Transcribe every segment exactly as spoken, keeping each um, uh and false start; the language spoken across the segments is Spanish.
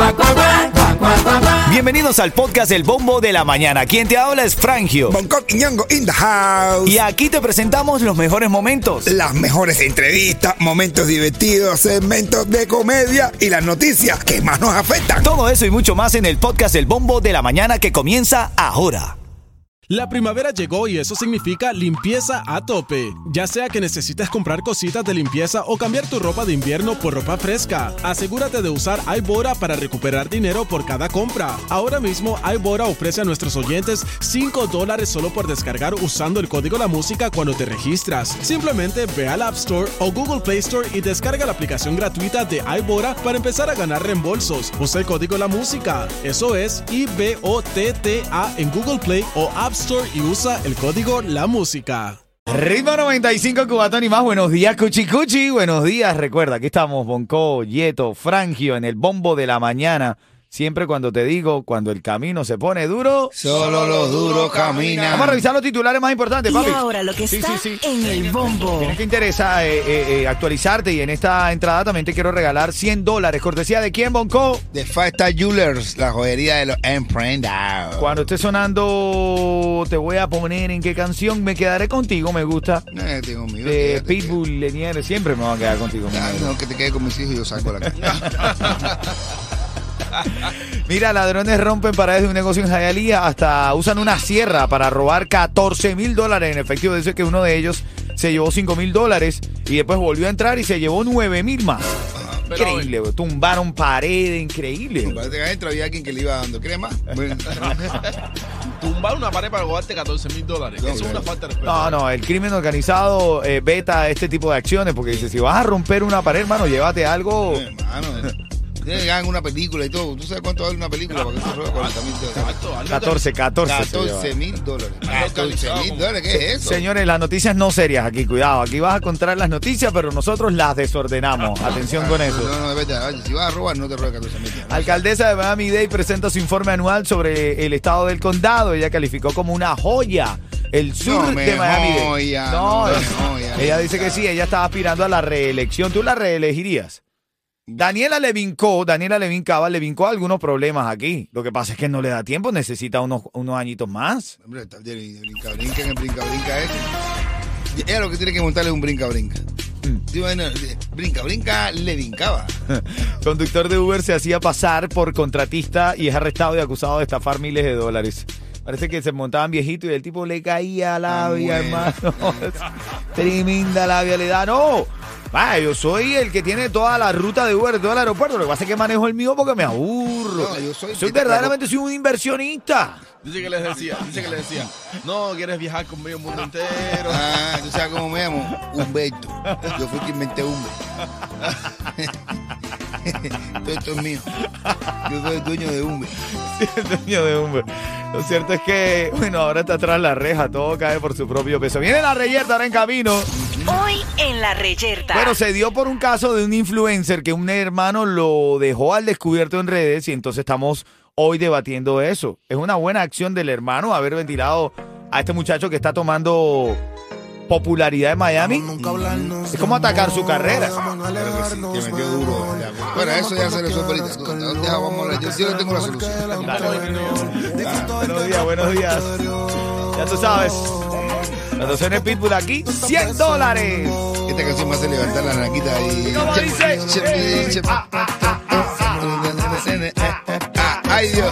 Bienvenidos al podcast El Bombo de la Mañana. Quien te habla es Frangio. Bonco y Ñongo in the house. Y aquí te presentamos los mejores momentos. Las mejores entrevistas, momentos divertidos, segmentos de comedia y las noticias que más nos afectan. Todo eso y mucho más en el podcast El Bombo de la Mañana que comienza ahora. La primavera llegó y eso significa limpieza a tope. Ya sea que necesites comprar cositas de limpieza o cambiar tu ropa de invierno por ropa fresca, asegúrate de usar iBora para recuperar dinero por cada compra. Ahora mismo iBora ofrece a nuestros oyentes cinco dólares solo por descargar usando el código La Música cuando te registras. Simplemente ve al App Store o Google Play Store y descarga la aplicación gratuita de iBora para empezar a ganar reembolsos. Usa el código La Música. Eso es I B O T T A en Google Play o App Store y usa el código La Música. Ritmo noventa y cinco, Cubatón y más. Buenos días, Cuchi Cuchi. Buenos días. Recuerda, aquí estamos, Bonco, Yeto, Frangio, en el Bombo de la Mañana. Siempre cuando te digo, cuando el camino se pone duro, solo los duros caminan. Vamos a revisar los titulares más importantes, papi. Y ahora lo que sí, está sí, sí. en el bombo. Tienes que interesar eh, eh, eh, actualizarte y en esta entrada también te quiero regalar cien dólares. ¿Cortesía de quién, Bonco? De Five Star Jewelers, la joyería de los emprendados. Cuando esté sonando, te voy a poner en qué canción me quedaré contigo, me gusta. No, tengo miedo. De Pitbull, Lenier, siempre me va a quedar contigo. Ah, no, que te quede con mis hijos y yo saco la cara. Mira, ladrones rompen paredes de un negocio en Hialeah, hasta usan una sierra para robar catorce mil dólares en efectivo. Dice que uno de ellos se llevó cinco mil dólares y después volvió a entrar y se llevó nueve mil más. Pero, increíble, güey. Tumbaron paredes, increíble. Parece que adentro había alguien que le iba dando crema. Bueno, tumbar una pared para robarte catorce mil dólares. No, Eso es una falta de respeto. No, no, el crimen organizado eh, veta este tipo de acciones porque dice, si vas a romper una pared, hermano, llévate algo. hermano, tienen que hagan una película y todo. ¿Tú sabes cuánto vale una película? Para que se robe cuarenta mil dólares. Exacto, algo catorce, catorce. se catorce lleva. mil dólares. Algo catorce mil dólares, ¿qué es eso? Señores, las noticias no serias aquí, cuidado. Aquí vas a encontrar las noticias, pero nosotros las desordenamos. Atención con eso. No, no, es verdad. Oye, si vas a robar, no te robes catorce mil. Alcaldesa de Miami-Dade presenta su informe anual sobre el estado del condado. Ella calificó como una joya el sur No me de Miami-Dade. joya, No, no me es- joya. ella dice que sí, ella estaba aspirando a la reelección. ¿Tú la reelegirías? Daniela le vincó, Daniela le vincaba, le vincó algunos problemas aquí. Lo que pasa es que no le da tiempo, necesita unos, unos añitos más. Hombre, está bien, el brinca-brinca en el brinca-brinca ese. Ella lo que tiene que montarle es un brinca-brinca. Sí, bueno, brinca-brinca le vincaba. Conductor de Uber se hacía pasar por contratista y es arrestado y acusado de estafar miles de dólares. Parece que se montaban viejitos y el tipo le caía labia, Ah, hermano. Tremenda labia le da. ¡No! Ah, yo soy el que tiene toda la ruta de Uber, todo el aeropuerto. Lo que pasa es que manejo el mío porque me aburro. No, yo soy- soy verdaderamente soy un inversionista. Dice que les decía, dice que les decía, no quieres viajar con medio mundo entero. Ah, ¿tú sabes cómo me llamo? Humberto. Yo fui quien inventé Humber. Todo esto es mío. Yo soy el dueño de Humber. El dueño de Uber. Lo cierto es que, bueno, ahora está atrás la reja, todo cae por su propio peso. Viene la reyerta ahora en camino. Hoy en La Reyerta. Bueno, se dio por un caso de un influencer que un hermano lo dejó al descubierto en redes y entonces estamos hoy debatiendo eso. Es una buena acción del hermano haber ventilado a este muchacho que está tomando popularidad en Miami. Es como atacar su carrera. Claro que sí, que metió duro. Bueno, eso ya se resuelve ahorita. Tú, no, deja, vamos a hablar. Yo, yo no tengo la solución. Buenos días, buenos días. Ya tú sabes. Cuando suene Pitbull aquí, cien dólares. Esta canción me hace levantar la naquita y... ¿Cómo dice? Ah, ¡ay, Dios!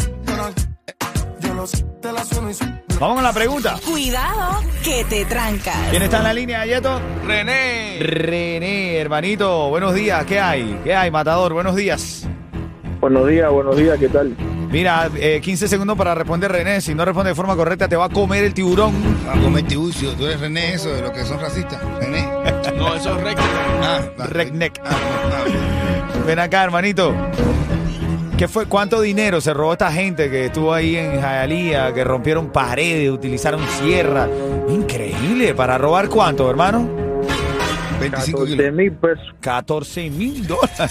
Vamos con la pregunta. Cuidado que te trancas. ¿Quién está en la línea, Yeto? René. René, hermanito, buenos días. ¿Qué hay? ¿Qué hay, Matador? Buenos días. Buenos días, buenos días, ¿qué tal? Mira, eh, quince segundos para responder, René. Si no responde de forma correcta, te va a comer el tiburón. Va a comer tibucio. Tú eres René, eso de los que son racistas. René. No, eso es recto. Ah, va. Redneck. Ah, ah. Ven acá, hermanito. ¿Qué fue? ¿Cuánto dinero se robó esta gente que estuvo ahí en Hialeah, que rompieron paredes, utilizaron sierra? Increíble. ¿Para robar cuánto, hermano? veinticinco catorce kilos. mil pesos. catorce mil dólares.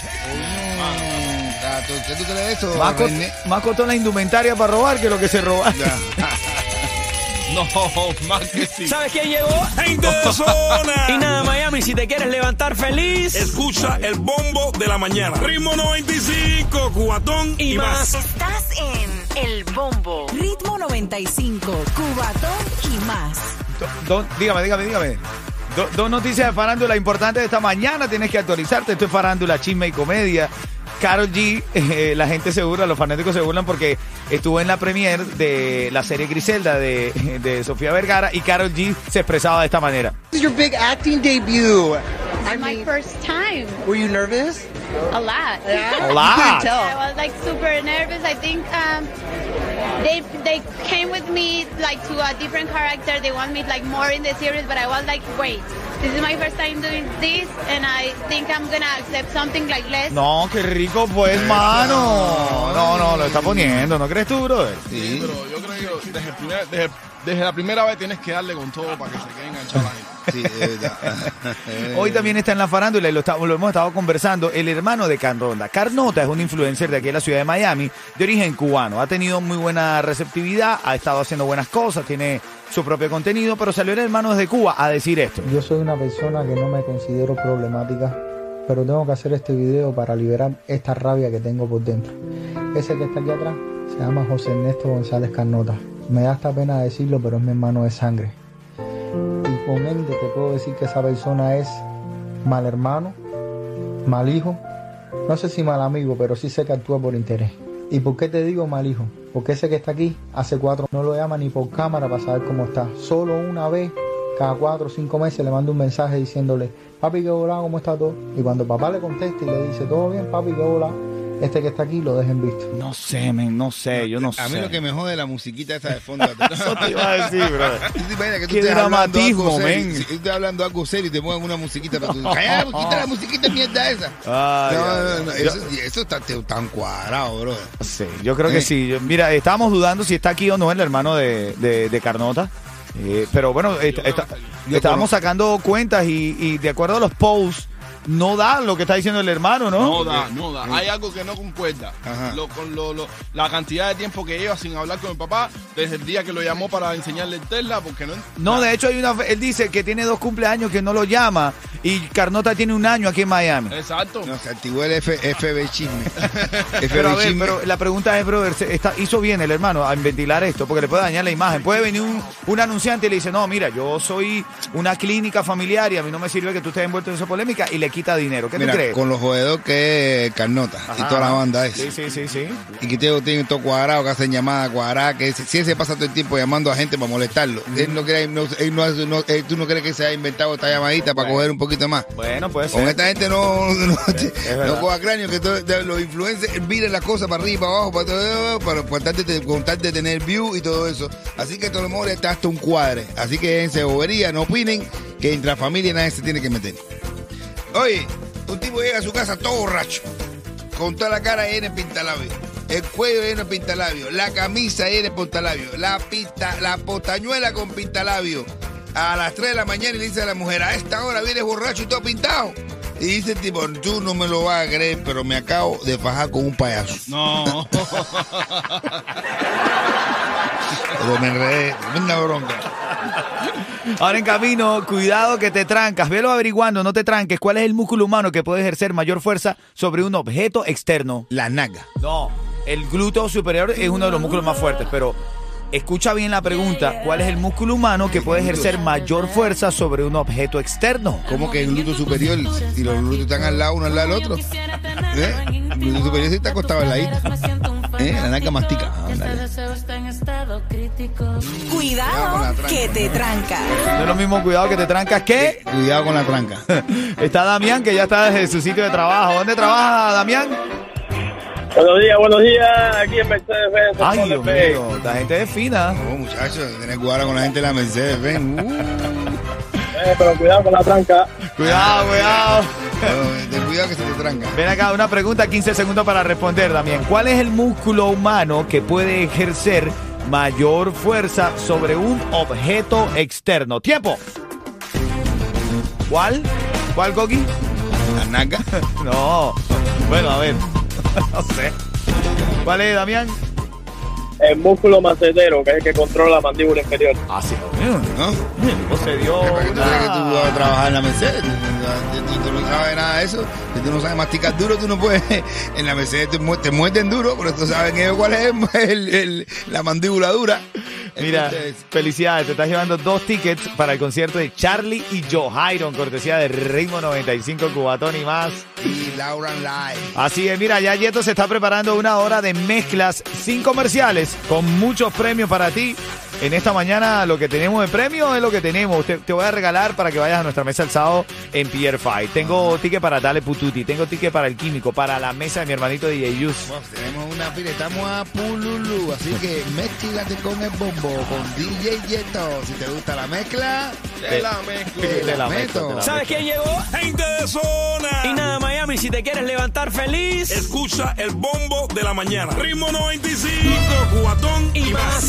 ¿Qué tú crees de eso, Más, co- René? más costó la indumentaria para robar que lo que se roba. Ya. No, más que sí. ¿Sabes quién llegó? ¡Gente de zona! Y nada, Miami, si te quieres levantar feliz. Escucha el bombo de la mañana. Ritmo noventa y cinco, Cuba. Cubatón y, Y más. más. Estás en El Bombo. Ritmo noventa y cinco. Cubatón y más. Do- do- dígame, dígame, dígame. Do- dos noticias de farándula importantes de esta mañana. Tienes que actualizarte. Esto es farándula, chisme y comedia. Karol G, eh, la gente se burla, los fanáticos se burlan porque estuvo en la premiere de la serie Griselda de, de Sofía Vergara y Karol G se expresaba de esta manera. This is your big acting debut. I My mean, first time, were you nervous? a lot. Yeah. A lot. You couldn't tell. I was like super nervous. I think um, they they came with me like to a different character. They want me like more in the series, but I was like, wait, this is my first time doing this, and I think I'm gonna accept something like less. No, qué rico pues, mano. No, no, lo está poniendo, ¿no crees tú, brother? Sí, pero yo creo que desde, el primer- desde, desde la primera vez tienes que darle con todo para que se quede enganchada la gente. Sí, es verdad. Hoy también está en la farándula y lo, está- lo hemos estado conversando, el hermano de Carnota. Carnota es un influencer de aquí en la ciudad de Miami, de origen cubano. Ha tenido muy buena receptividad, ha estado haciendo buenas cosas, tiene su propio contenido, pero salió el hermano desde Cuba a decir esto. Yo soy una persona que no me considero problemática, pero tengo que hacer este video para liberar esta rabia que tengo por dentro. Ese que está aquí atrás se llama José Ernesto González Carnota. Me da esta pena decirlo, pero es mi hermano de sangre. Y con ende te puedo decir que esa persona es mal hermano, mal hijo, no sé si mal amigo, pero sí sé que actúa por interés. ¿Y por qué te digo mal hijo? Porque ese que está aquí hace cuatro no lo llama ni por cámara para saber cómo está. Solo una vez cada cuatro o cinco meses le manda un mensaje diciéndole, papi, qué hola, ¿cómo está todo? Y cuando papá le contesta y le dice, todo bien, papi, qué hola, este que está aquí lo dejen visto. No sé, men, no sé, yo no A mí sé. lo que me jode es la musiquita esa de fondo. Eso te iba a decir, brother. ¿Tú te imaginas que tú Qué estés hablando dramatismo, algo serio? men. Si tú estás hablando algo serio y te ponen una musiquita para tú. ¡Cállate, quita la musiquita mierda esa! Ay, no, ay, no, no, ay. eso, eso está te- tan cuadrado, bro. Sí, yo creo que Eh. sí. Yo- Mira, estábamos dudando si está aquí o no el hermano de, de, de Carnota. Eh, pero bueno, est- está- Yo estábamos conozco. sacando cuentas y, y de acuerdo a los posts, no da lo que está diciendo el hermano, ¿no? No da, no da. Hay algo que no concuerda. Ajá. Lo, con lo, lo- la cantidad de tiempo que lleva sin hablar con el papá desde el día que lo llamó para enseñarle el Tesla, porque no. No, de hecho hay una, él dice que tiene dos cumpleaños que no lo llama y Carnota tiene un año aquí en Miami. Exacto. No, se activó el F, FB chisme. F B Pero a ver, chisme. pero la pregunta es, brother, ¿se- está, ¿hizo bien el hermano a ventilar esto? Porque le puede dañar la imagen. Puede venir un, un anunciante y le dice, no, mira, yo soy una clínica familiar y a mí no me sirve que tú estés envuelto en esa polémica y le quita dinero. ¿Qué Mira, tú crees? con los jodedores que es Carnota y Ajá. toda la banda es. Sí, sí, sí, sí. Y que te- tienen todo cuadrado, que hacen llamadas cuadradas, que si si él se pasa todo el tiempo llamando a gente para molestarlo. Él no cree, no, él no, hace- no- él- tú no crees que se haya inventado esta llamadita para Bueno. coger un poquito más. Bueno, puede Con ser. esta gente no, no, no, verdad. no coja cráneo, que todo- de- los influencers miren las cosas para arriba y para abajo, para, todo, para, para tratar de, con tal de tener view y todo eso. Así que a lo mejor está hasta un cuadre. Así que en bobería, no opinen que entre la familia nadie se tiene que meter. Oye, un tipo llega a su casa todo borracho, con toda la cara llena de pintalabio, el cuello lleno de pintalabio, la camisa llena de pintalabio, la pista, la potañuela con pintalabio. A las tres de la mañana y le dice a la mujer, a esta hora vienes borracho y todo pintado. Y dice el tipo, tú no me lo vas a creer, pero me acabo de fajar con un payaso. No. Pero me enredé, tremenda bronca. Ahora en camino, cuidado que te trancas. Velo averiguando, no te tranques. ¿Cuál es el músculo humano que puede ejercer mayor fuerza sobre un objeto externo? La naga. No, el glúteo superior es uno de los músculos más fuertes, pero escucha bien la pregunta. ¿Cuál es el músculo humano que puede ejercer mayor fuerza sobre un objeto externo? ¿Cómo que el glúteo superior? Y los glúteos están al lado, uno al lado del otro. ¿Eh? El glúteo superior sí está acostado en la isla. ¿Eh? La naga mastica. Ándale. Cuidado que te trancas. No es lo mismo cuidado que te trancas que... Cuidado con la tranca. Está Damián, que ya está desde su sitio de trabajo. ¿Dónde trabaja Damián? Buenos días, buenos días. Aquí en Mercedes-Benz. Ay, Sol Dios F. mío, la gente es fina. No, muchachos, tener cuidado con la gente de la Mercedes, ven. Uh, Eh, pero cuidado con la tranca. Cuidado, cuidado. pero ten cuidado que se te tranca. Ven acá, una pregunta, quince segundos para responder, Damián. ¿Cuál es el músculo humano que puede ejercer mayor fuerza sobre un objeto externo? ¡Tiempo! ¿Cuál? ¿Cuál, Coqui? La naga. No. Bueno, a ver. No sé. ¿Cuál es, Damián? El músculo macetero, que es el que controla la mandíbula inferior. Ah, sí. ¿No? Se dio ¿Para qué tú crees que tú vas a trabajar en la Mercedes? tú, tú no sabes nada de eso. Si tú no sabes masticar duro, tú no puedes. En la Mercedes te, mu- te muerden duro, pero tú saben ellos cuál es el, el- la mandíbula dura. Mira, Entonces, felicidades, te estás llevando dos tickets para el concierto de Charlie y Joe cortesía de Ritmo noventa y cinco, Cubatón y más. y Laura Live. Así es, mira, ya Yeto se está preparando una hora de mezclas sin comerciales, con muchos premios para ti. En esta mañana lo que tenemos de premio es lo que tenemos. Te, te voy a regalar para que vayas a nuestra mesa el sábado en Pier Five. Tengo ticket para Dale Pututi, tengo ticket para El Químico, para la mesa de mi hermanito D J Yus. Bueno, tenemos una pila, estamos a Pululú, así que mezclate con el bombo, con D J Yeto. Si te gusta la mezcla, Te la mezclo. Te la meto. meto, te la ¿Sabes quién llegó? Gente de zona. Y nada, Miami, si te quieres levantar feliz. Escucha el bombo de la mañana. Ritmo noventa y cinco, Cubatón y más.